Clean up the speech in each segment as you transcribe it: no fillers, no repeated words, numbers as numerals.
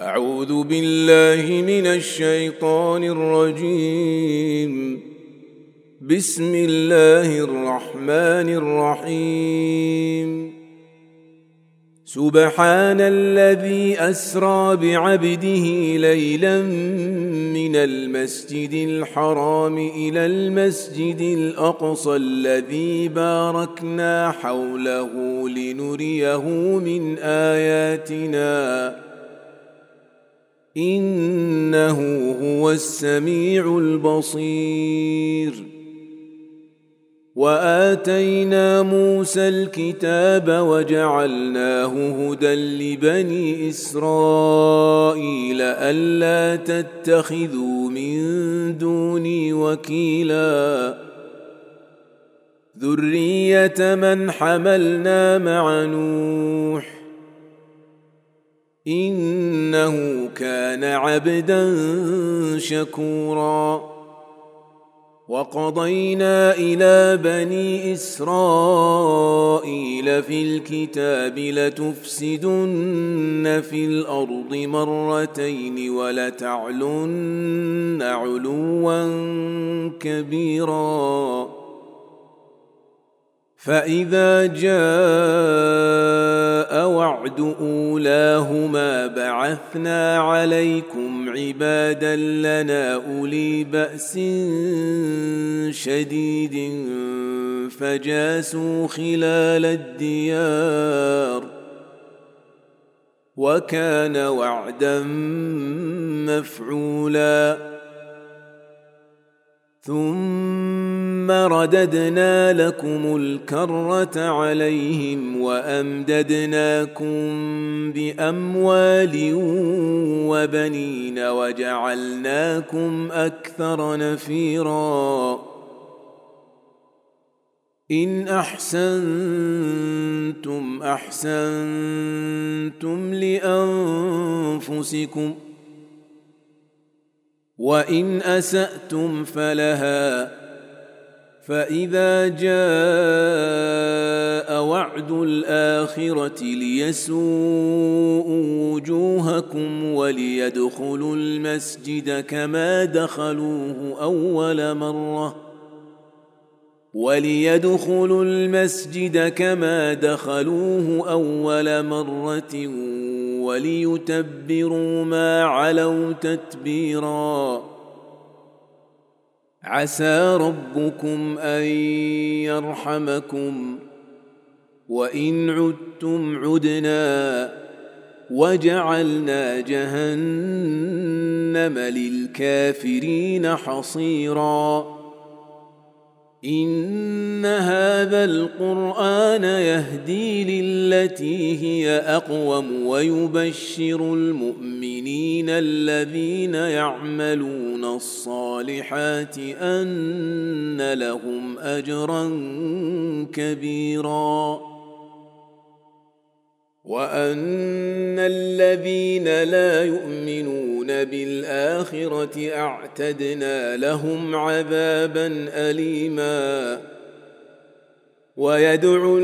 أعوذ بالله من الشيطان الرجيم. بسم الله الرحمن الرحيم. سبحان الذي أسرى بعبده ليلا من المسجد الحرام إلى المسجد الأقصى الذي باركنا حوله لنريه من آياتنا إنه هو السميع البصير. وآتينا موسى الكتاب وجعلناه هدى لبني إسرائيل ألا تتخذوا من دوني وكيلا ذرية من حملنا مع نوح إنه كان عبدا شكورا. وقضينا إلى بني إسرائيل في الكتاب لتفسدن في الأرض مرتين ولتعلن علوا كبيرا. فإذا جاء وعد أولاهما بعثنا عليكم عبادا لنا أولي بأس شديد فجاسوا خلال الديار وكان وعدا مفعولا. ثم رددنا لكم الكرة عليهم وأمددناكم بأموال وبنين وجعلناكم أكثر نفيرا. إن أحسنتم أحسنتم لأنفسكم وإن أسأتم فلها. فإذا جاء وعد الآخرة ليسوءوا وجوهكم وليدخلوا المسجد كما دخلوه أول مرة وليتبروا ما علوا تتبيرا. عسى ربكم أن يرحمكم وإن عدتم عدنا وجعلنا جهنم للكافرين حصيرا. إن هذا القرآن يهدي للتي هي أقوم ويبشر المؤمنين الذين يعملون الصالحات أن لهم أجرا كبيرا. وأن الذين لا يؤمنون بالآخرة أعتدنا لهم عذابا أليما. ويدعو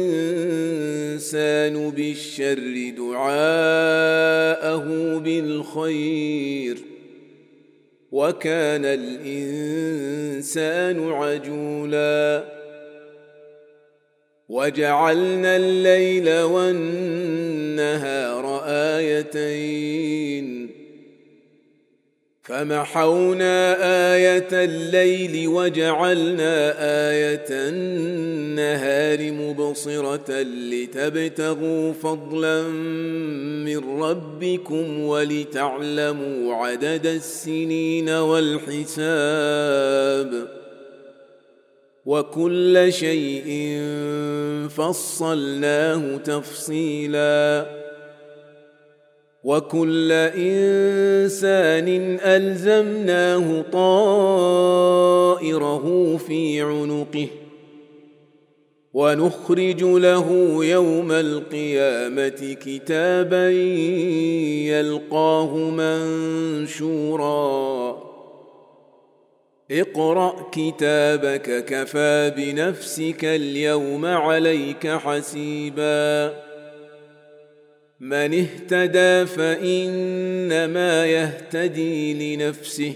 الإنسان بالشر دعاءه بالخير وكان الإنسان عجولا. وجعلنا الليل والنهار آيتين فمحونا آية الليل وجعلنا آية النهار مبصرة لتبتغوا فضلا من ربكم ولتعلموا عدد السنين والحساب وكل شيء فصلناه تفصيلا. وكل إنسان ألزمناه طائره في عنقه ونخرج له يوم القيامة كتابا يلقاه منشورا. اقرأ كتابك كفى بنفسك اليوم عليك حسيبا. من اهتدى فإنما يهتدي لنفسه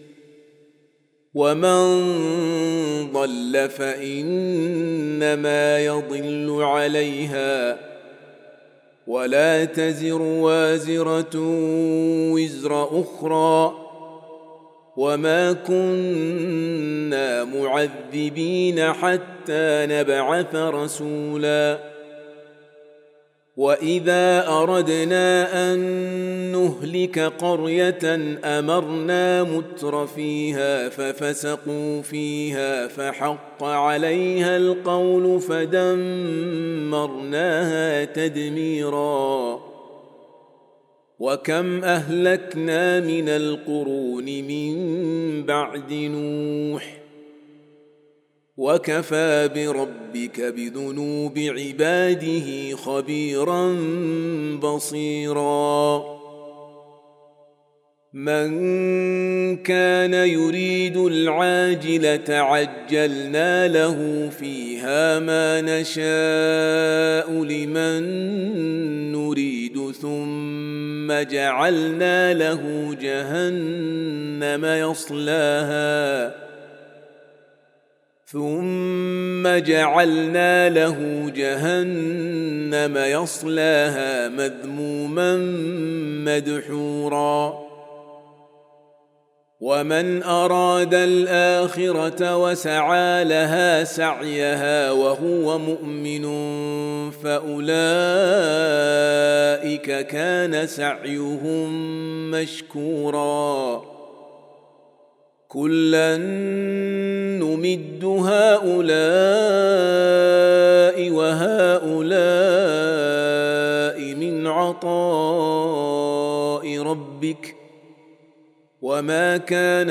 ومن ضل فإنما يضل عليها ولا تزر وازرة وزر أخرى وما كنا معذبين حتى نبعث رسولا وإذا أردنا أن نهلك قرية أمرنا متر فيها ففسقوا فيها فحق عليها القول فدمرناها تدميرا وكم أهلكنا من القرون من بعد نوح وكفى بربك بذنوب عباده خبيرا بصيرا من كان يريد العاجلة عجلنا له فيها ما نشاء لمن نريد ثم جعلنا له جهنم يصلاها مذموما مدحورا ومن أراد الآخرة وسعى لها سعيها وهو مؤمن فأولئك كان سعيهم مشكورا كلا نمد هؤلاء وهؤلاء من عطاء ربك وما كان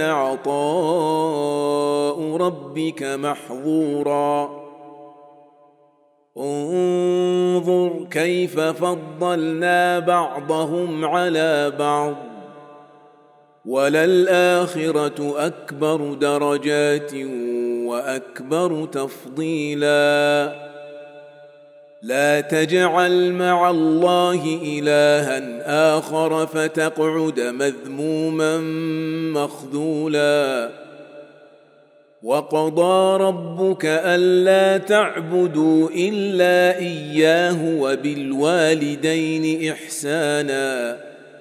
عطاء ربك محظورا انظر كيف فضلنا بعضهم على بعض وللآخرة أكبر درجات وأكبر تفضيلا لا تجعل مع الله إلها آخر فتقعد مذموما مخذولا وقضى ربك ألا تعبدوا إلا إياه وبالوالدين إحسانا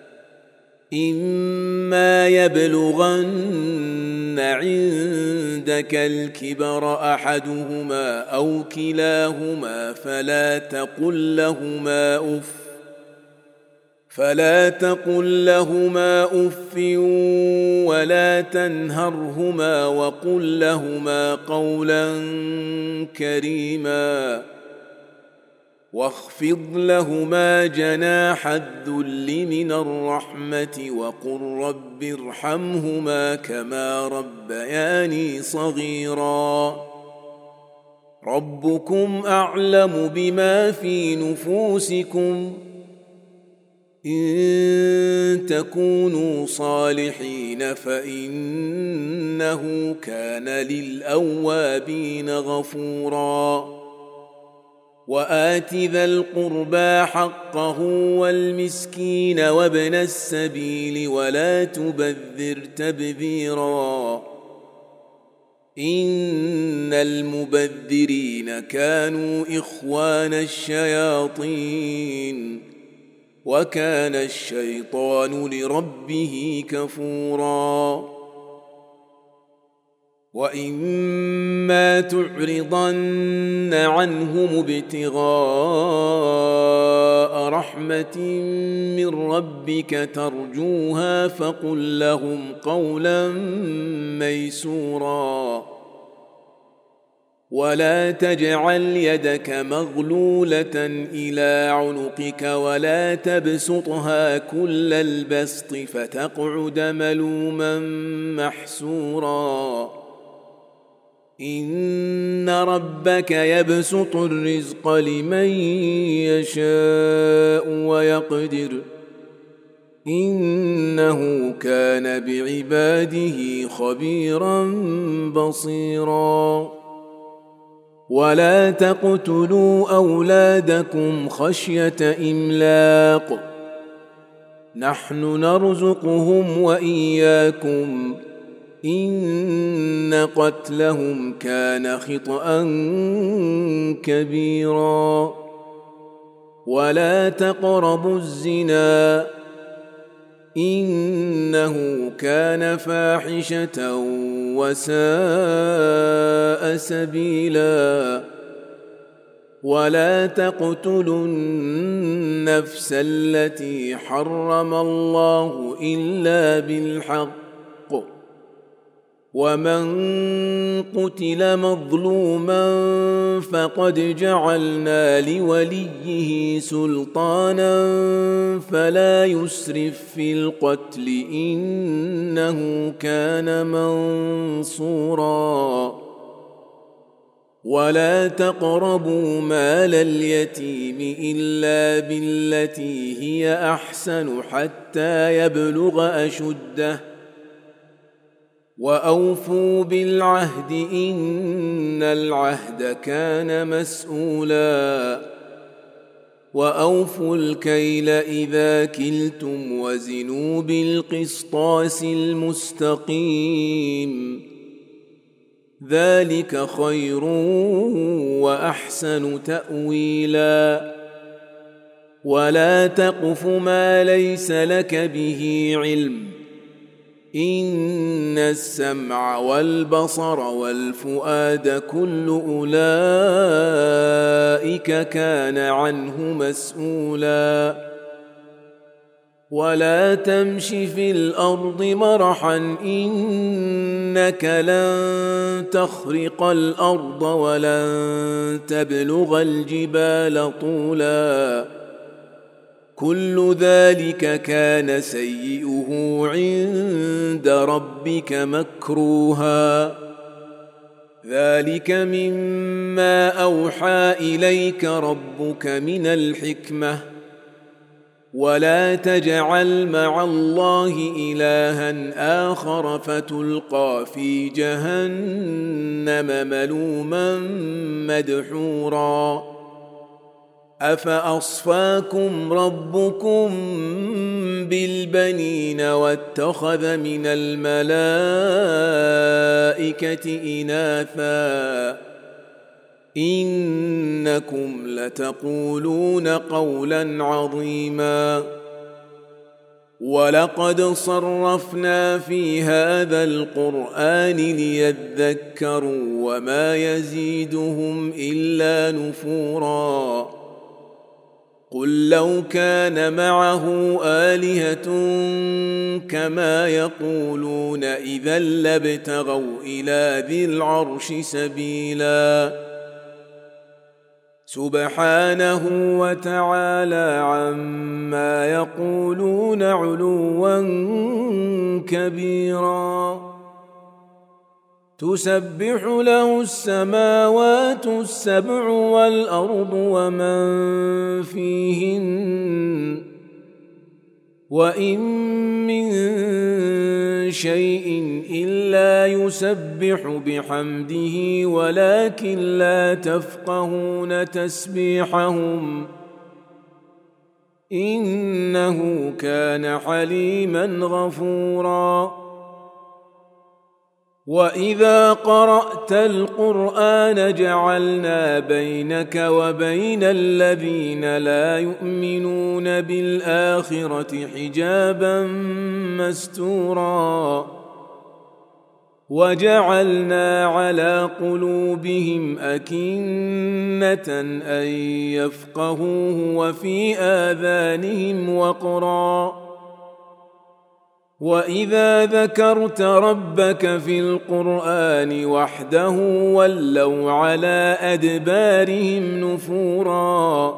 إما يبلغن عندك الكبر أحدهما أو كلاهما فلا تقل لهما أف ولا تنهرهما وقل لهما قولا كريما واخفض لهما جناح الذل من الرحمة وقل رب ارحمهما كما ربياني صغيرا ربكم أعلم بما في نفوسكم إن تكونوا صالحين فإنه كان للأوابين غفورا وآت ذا القربى حقه والمسكين وابن السبيل ولا تبذر تبذيرا إن المبذرين كانوا إخوان الشياطين وكان الشيطان لربه كفورا وإما تعرضن عنهم ابتغاء رحمة من ربك ترجوها فقل لهم قولا ميسورا ولا تجعل يدك مغلولة إلى عنقك ولا تبسطها كل البسط فتقعد ملوما محسورا إن ربك يبسط الرزق لمن يشاء ويقدر إنه كان بعباده خبيرا بصيرا ولا تقتلوا أولادكم خشية إملاق نحن نرزقهم وإياكم إن قتلهم كان خطأ كبيرا ولا تقربوا الزنا إنه كان فاحشة وساء سبيلا ولا تقتلوا النفس التي حرم الله إلا بالحق ومن قتل مظلوما فقد جعلنا لوليه سلطانا فلا يسرف في القتل إنه كان منصورا ولا تقربوا مال اليتيم إلا بالتي هي أحسن حتى يبلغ أشده وأوفوا بالعهد إن العهد كان مسؤولا وأوفوا الكيل إذا كلتم وزنوا بالقسطاس المستقيم ذلك خير وأحسن تأويلا ولا تقف ما ليس لك به علم إن السمع والبصر والفؤاد كل أولئك كان عنه مسؤولا ولا تمش في الأرض مرحا إنك لن تخرق الأرض ولن تبلغ الجبال طولا كل ذلك كان سيئه عند ربك مكروها ذلك مما أوحى إليك ربك من الحكمة ولا تجعل مع الله إلها آخر فتلقى في جهنم ملوما مدحورا أفأصفاكم ربكم بالبنين واتخذ من الملائكة إناثا إنكم لتقولون قولا عظيما ولقد صرفنا في هذا القرآن ليذكروا وما يزيدهم إلا نفورا قل لو كان معه آلهة كما يقولون إذا لابتغوا إلى ذي العرش سبيلا سبحانه وتعالى عما يقولون علوا كبيرا تسبح له السماوات السبع والأرض ومن فيهن وإن من شيء إلا يسبح بحمده ولكن لا تفقهون تسبيحهم إنه كان حليما غفورا وإذا قرأت القرآن جعلنا بينك وبين الذين لا يؤمنون بالآخرة حجابا مستورا وجعلنا على قلوبهم أكنة أن يفقهوه وفي آذانهم وقرا وإذا ذكرت ربك في القرآن وحده ولوا على أدبارهم نفورا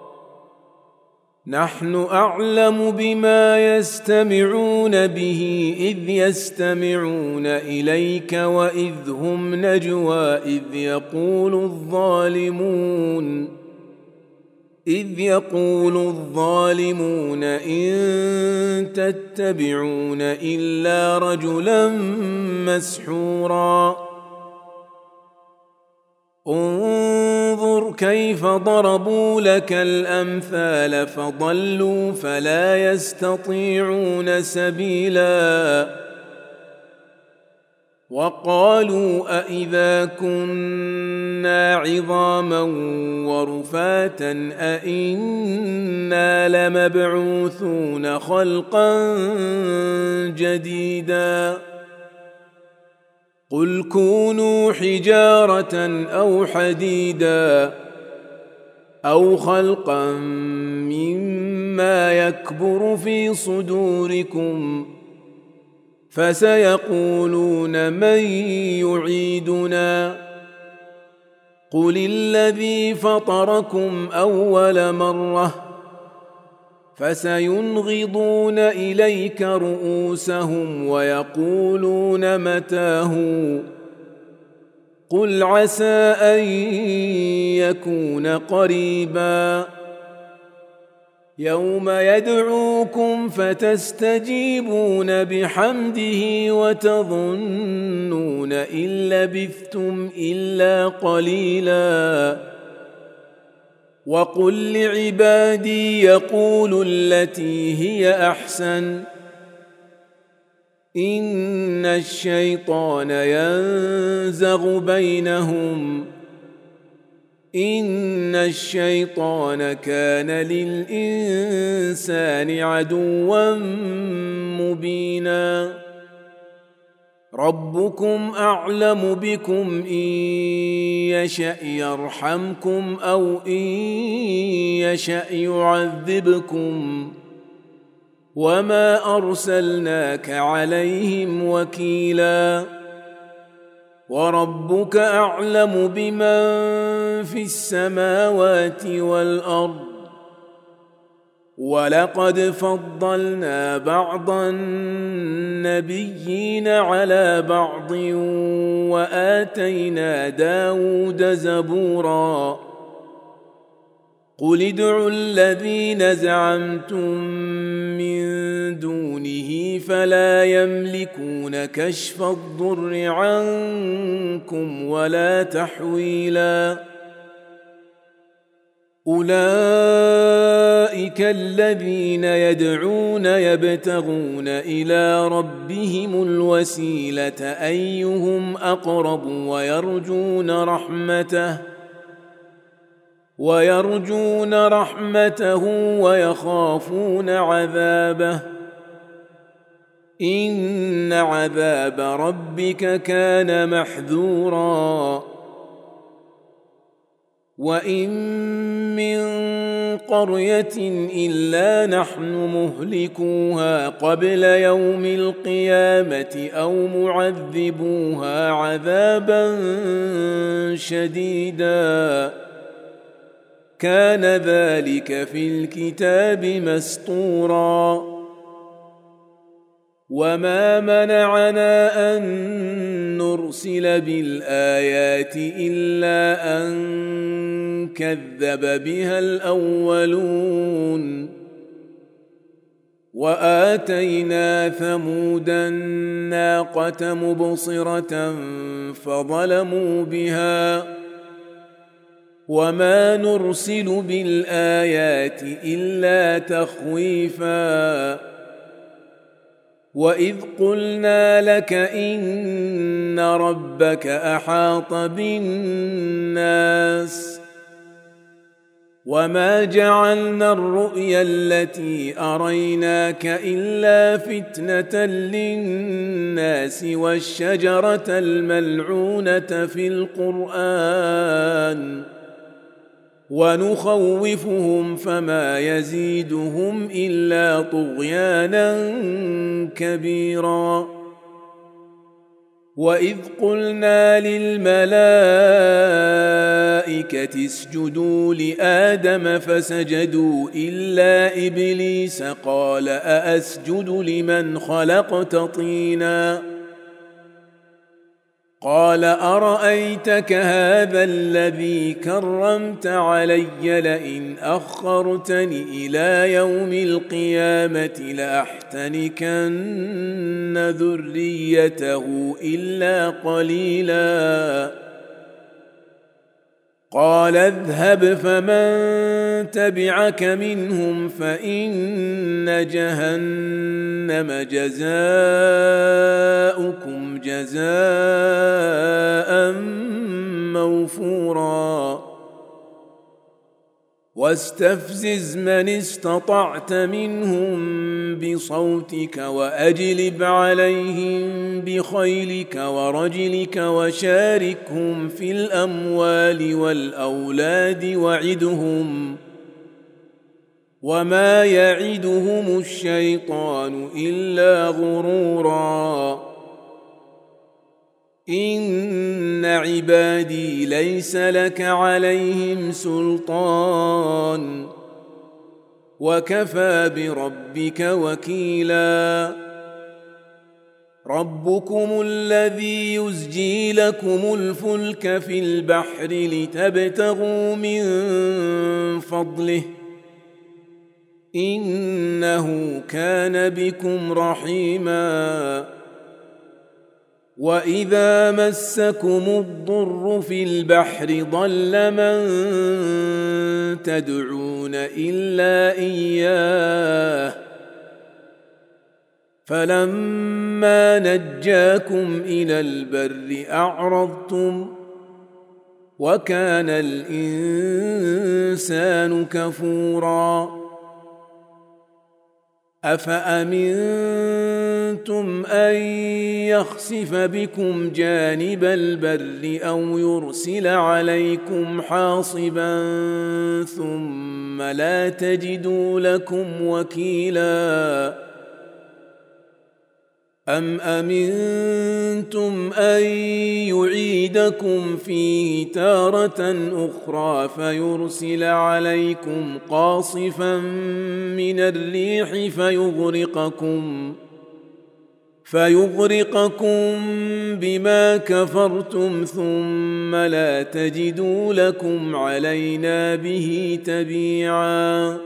نحن أعلم بما يستمعون به إذ يستمعون إليك وإذ هم نجوى إذ يقول الظالمون إن تتبعون إلا رجلا مسحورا انظر كيف ضربوا لك الأمثال فضلوا فلا يستطيعون سبيلا وقالوا أإذا كنا عظاما ورفاتا أإنا لمبعوثون خلقا جديدا قل كونوا حجارة أو حديدا أو خلقا مما يكبر في صدوركم فسيقولون من يعيدنا قل الذي فطركم أول مرة فسينغضون إليك رؤوسهم ويقولون متاه قل عسى أن يكون قريبا يوم يدعوكم فتستجيبون بحمده وتظنون إن لبثتم إلا قليلا وقل لعبادي يقولوا التي هي أحسن إن الشيطان ينزغ بينهم إن الشيطان كان للإنسان عدوا مبينا ربكم أعلم بكم إن يشأ يرحمكم أو إن يشأ يعذبكم وما أرسلناك عليهم وكيلا وربك أعلم بمن في السماوات والأرض ولقد فضلنا بعض النبيين على بعض وآتينا داود زبورا قل ادعوا الذين زعمتم من دونه فلا يملكون كشف الضر عنكم ولا تحويلا أولئك الذين يدعون يبتغون إلى ربهم الوسيلة أيهم أقرب ويرجون رحمته ويخافون عذابه إن عذاب ربك كان محذورا وإن من قرية إلا نحن مهلكوها قبل يوم القيامة أو معذبوها عذابا شديدا كان ذلك في الكتاب مسطورا وما منعنا أن نرسل بالآيات إلا أن كذب بها الأولون وآتينا ثمود الناقة مبصرة فظلموا بها وما نرسل بالآيات إلا تخويفا وإذ قلنا لك إن ربك أحاط بالناس وما جعلنا الرؤيا التي أريناك إلا فتنة للناس والشجرة الملعونة في القرآن ونخوفهم فما يزيدهم إلا طغيانا كبيرا وإذ قلنا للملائكة اسجدوا لآدم فسجدوا إلا إبليس قال أأسجد لمن خلقت طينا قال أرأيتك هذا الذي كرمت علي لئن أخرتني إلى يوم القيامة لأحتنكن ذريته إلا قليلا قال اذهب فمن تبعك منهم فإن جهنم جزاؤكم جزاء موفورا واستفزز من استطعت منهم بصوتك وأجلب عليهم بخيلك ورجلك وشاركهم في الأموال والأولاد وعدهم وما يعدهم الشيطان إلا غرورا إن عبادي ليس لك عليهم سلطان وكفى بربك وكيلا ربكم الذي يزجي لكم الفلك في البحر لتبتغوا من فضله إنه كان بكم رحيما وإذا مسكم الضر في البحر ضل من تدعون إلا إياه فلما نجاكم إلى البر أعرضتم وكان الإنسان كفورا أفأمنتم أن يخسف بكم جانب البر أو يرسل عليكم حاصبا ثم لا تجدوا لكم وكيلا أم أمنتم أن يعيدكم فيه تارة أخرى فيرسل عليكم قاصفا من الريح فيغرقكم بما كفرتم ثم لا تجدوا لكم علينا به تبيعا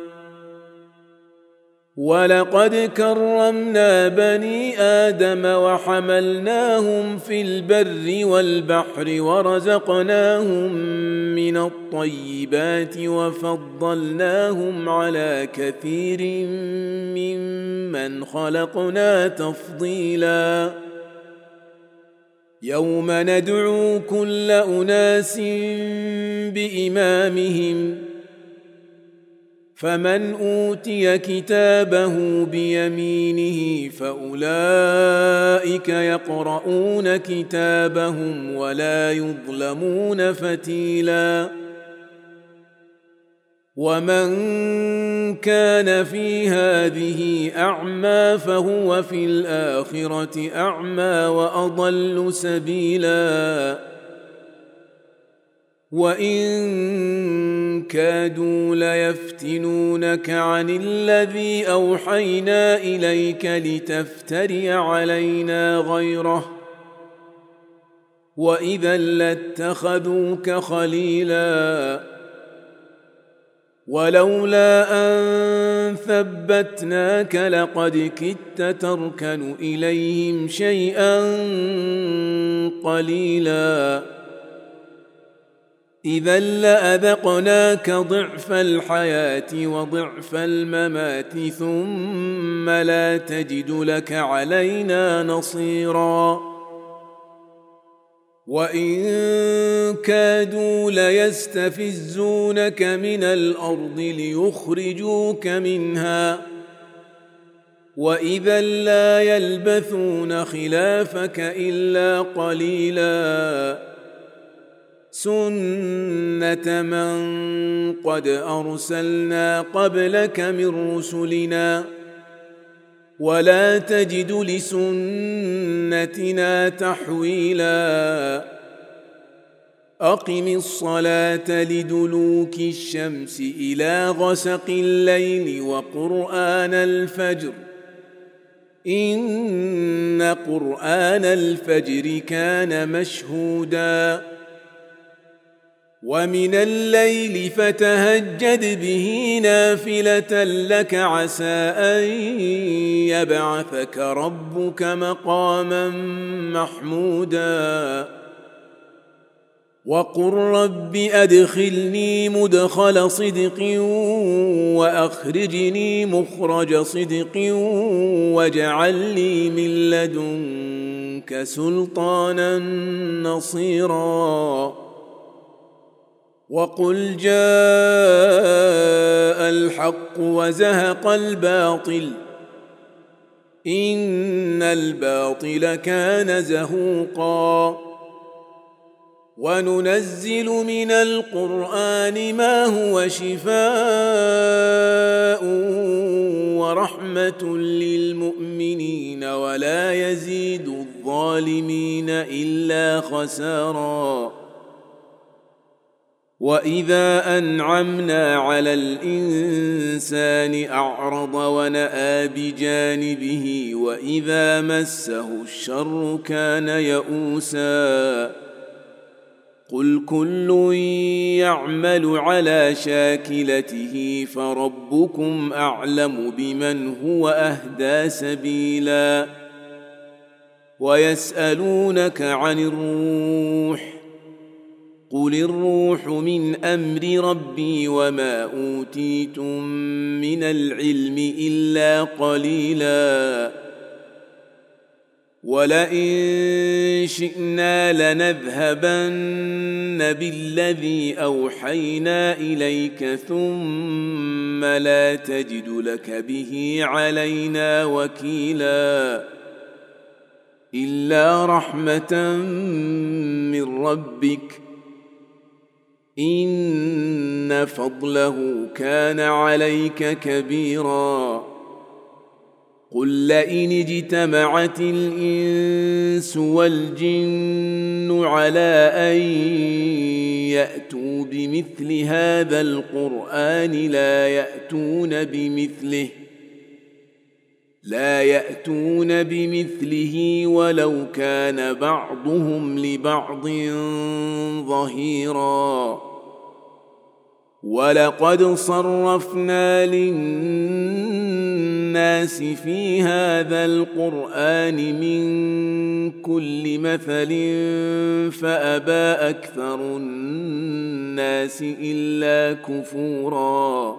ولقد كرمنا بني آدم وحملناهم في البر والبحر ورزقناهم من الطيبات وفضلناهم على كثير ممن خلقنا تفضيلا يوم ندعو كل أناس بإمامهم فمن أوتي كتابه بيمينه فأولئك يقرؤون كتابهم ولا يظلمون فتيلا ومن كان في هذه أعمى فهو في الآخرة أعمى وأضل سبيلا وإن كادوا ليفتنونك عن الذي أوحينا إليك لتفتري علينا غيره وإذا لاتخذوك خليلا ولولا أن ثبتناك لقد كدت تركن إليهم شيئا قليلا إذا لأذقناك ضعف الحياة وضعف الممات ثم لا تجد لك علينا نصيرا وإن كادوا ليستفزونك من الأرض ليخرجوك منها وإذا لا يلبثون خلافك إلا قليلا سنة من قد أرسلنا قبلك من رسلنا ولا تجد لسنتنا تحويلا أقم الصلاة لدلوك الشمس إلى غسق الليل وقرآن الفجر إن قرآن الفجر كان مشهودا ومن الليل فتهجد به نافلة لك عسى أن يبعثك ربك مقاما محمودا وقل رب أدخلني مدخل صدق وأخرجني مخرج صدق واجعل لي من لدنك سلطانا نصيرا وقل جاء الحق وزهق الباطل إن الباطل كان زهوقا وننزل من القرآن ما هو شفاء ورحمة للمؤمنين ولا يزيد الظالمين إلا خسارا وإذا أنعمنا على الإنسان أعرض ونأى بجانبه وإذا مسه الشر كان يئوسا قل كل يعمل على شاكلته فربكم أعلم بمن هو أهدى سبيلا ويسألونك عن الروح قل الروح من أمر ربي وما أوتيتم من العلم إلا قليلا ولئن شئنا لنذهبن بالذي أوحينا إليك ثم لا تجد لك به علينا وكيلا إلا رحمة من ربك إن فضله كان عليك كبيرا قل لئن اجتمعت الإنس والجن على أن يأتوا بمثل هذا القرآن لا يأتون بمثله ولو كان بعضهم لبعض ظهيرا ولقد صرفنا للناس في هذا القرآن من كل مثل فأبى أكثر الناس إلا كفورا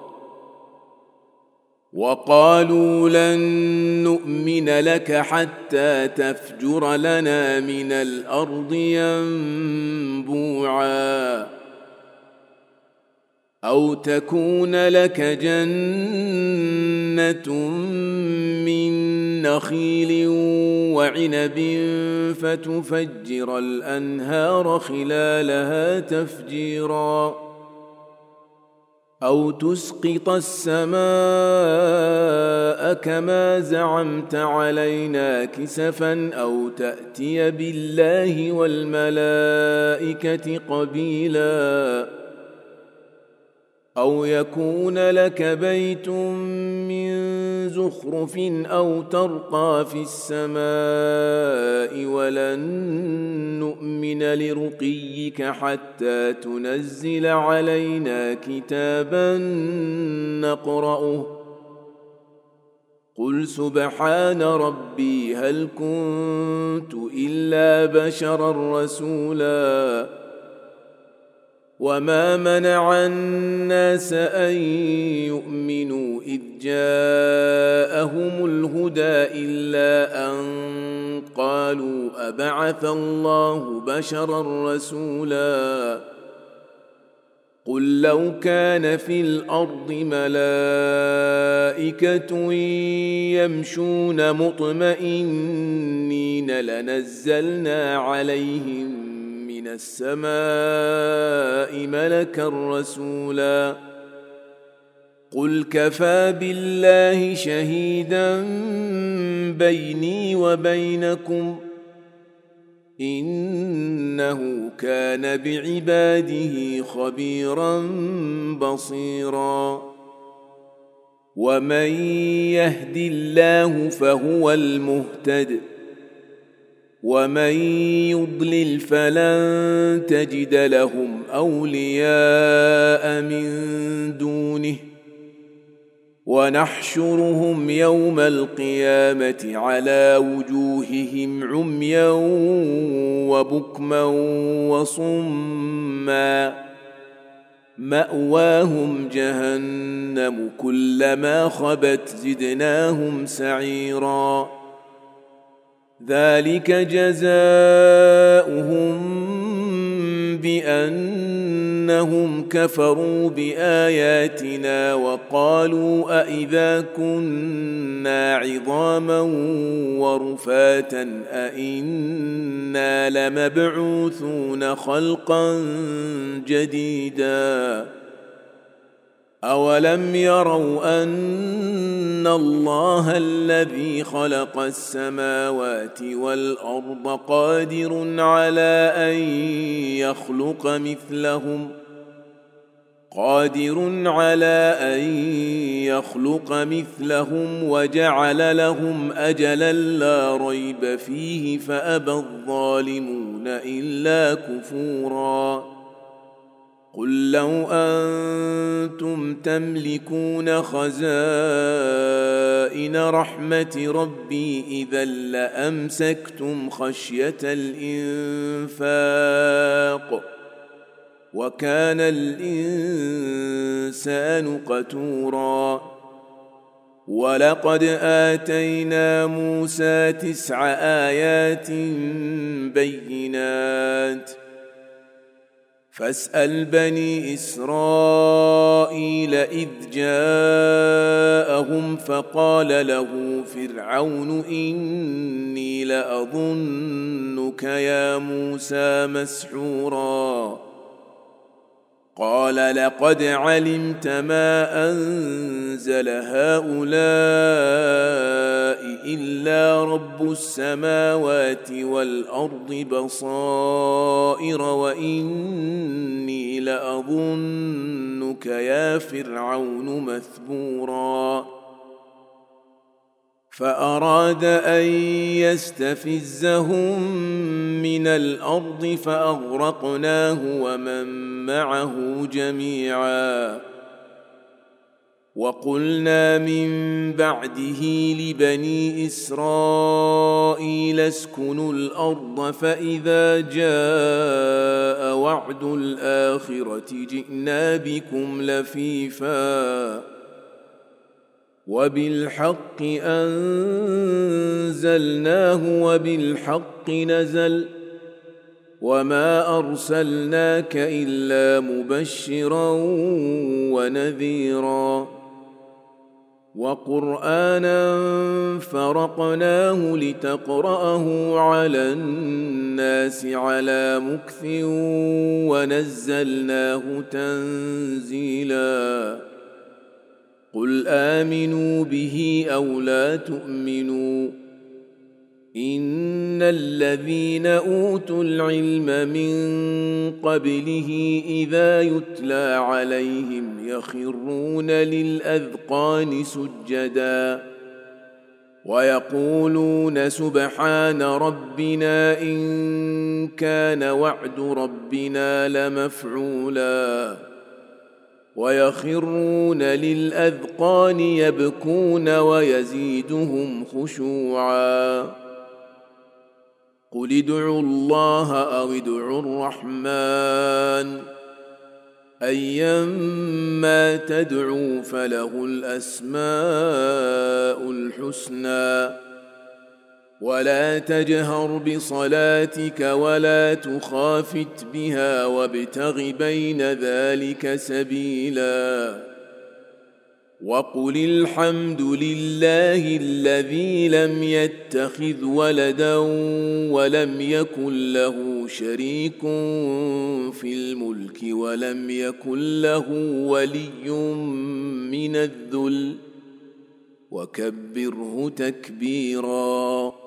وقالوا لن نؤمن لك حتى تفجر لنا من الأرض ينبوعا أو تكون لك جنة من نخيل وعنب فتفجر الأنهار خلالها تفجيرا أو تسقط السماء كما زعمت علينا كسفا أو تأتي بالله والملائكة قبيلا أو يكون لك بيت من زخرف أو ترقى في السماء ولن نؤمن لرقيك حتى تنزل علينا كتابا نقرأه قل سبحان ربي هل كنت إلا بشرا رسولا وما منع الناس أن يؤمنوا إذ جاءهم الهدى إلا أن قالوا أبعث الله بشرا رسولا قل لو كان في الأرض ملائكة يمشون مطمئنين لنزلنا عليهم من السماء ملكا رسولا قل كفى بالله شهيدا بيني وبينكم إنه كان بعباده خبيرا بصيرا ومن يهد الله فهو المهتد ومن يضلل فلن تجد لهم أولياء من دونه ونحشرهم يوم القيامة على وجوههم عميا وبكما وصما مأواهم جهنم كلما خبت زدناهم سعيرا ذلك جزاؤهم بأنهم كفروا بآياتنا وقالوا أإذا كنا عظاما ورفاتا أإنا لمبعوثون خلقا جديدا أولم يروا أن الله الذي خلق السماوات والأرض قادر على أن يخلق مثلهم وجعل لهم أجلا لا ريب فيه فأبى الظالمون إلا كفورا قل لو أنتم تملكون خزائن رحمة ربي إذا لأمسكتم خشية الإنفاق وكان الإنسان قتورا ولقد آتينا موسى 9 آيات بينات فاسأل بني إسرائيل إذ جاءهم فقال له فرعون إني لأظنك يا موسى مسحورا قال لقد علمت ما أنزل هؤلاء إلا رب السماوات والأرض بصائر وإني لأظنك يا فرعون مثبورا فأراد أن يستفزهم من الأرض فأغرقناه ومن معه جميعا وقلنا من بعده لبني إسرائيل اسكنوا الأرض فإذا جاء وعد الآخرة جئنا بكم لفيفا وبالحق أنزلناه وبالحق نزل وما أرسلناك إلا مبشرا ونذيرا وقرآنا فرقناه لتقرأه على الناس على مكث ونزلناه تنزيلا قل آمنوا به أو لا تؤمنوا إن الذين أوتوا العلم من قبله إذا يتلى عليهم يخرون للأذقان سجدا ويقولون سبحان ربنا إن كان وعد ربنا لمفعولا ويخرون للأذقان يبكون ويزيدهم خشوعا قل ادعوا الله أو ادعوا الرحمن أيما تدعوا فله الأسماء الحسنى ولا تجهر بصلاتك ولا تخافت بها وابتغ بين ذلك سبيلا وقل الحمد لله الذي لم يتخذ ولدا ولم يكن له شريك في الملك ولم يكن له ولي من الذل وكبره تكبيرا.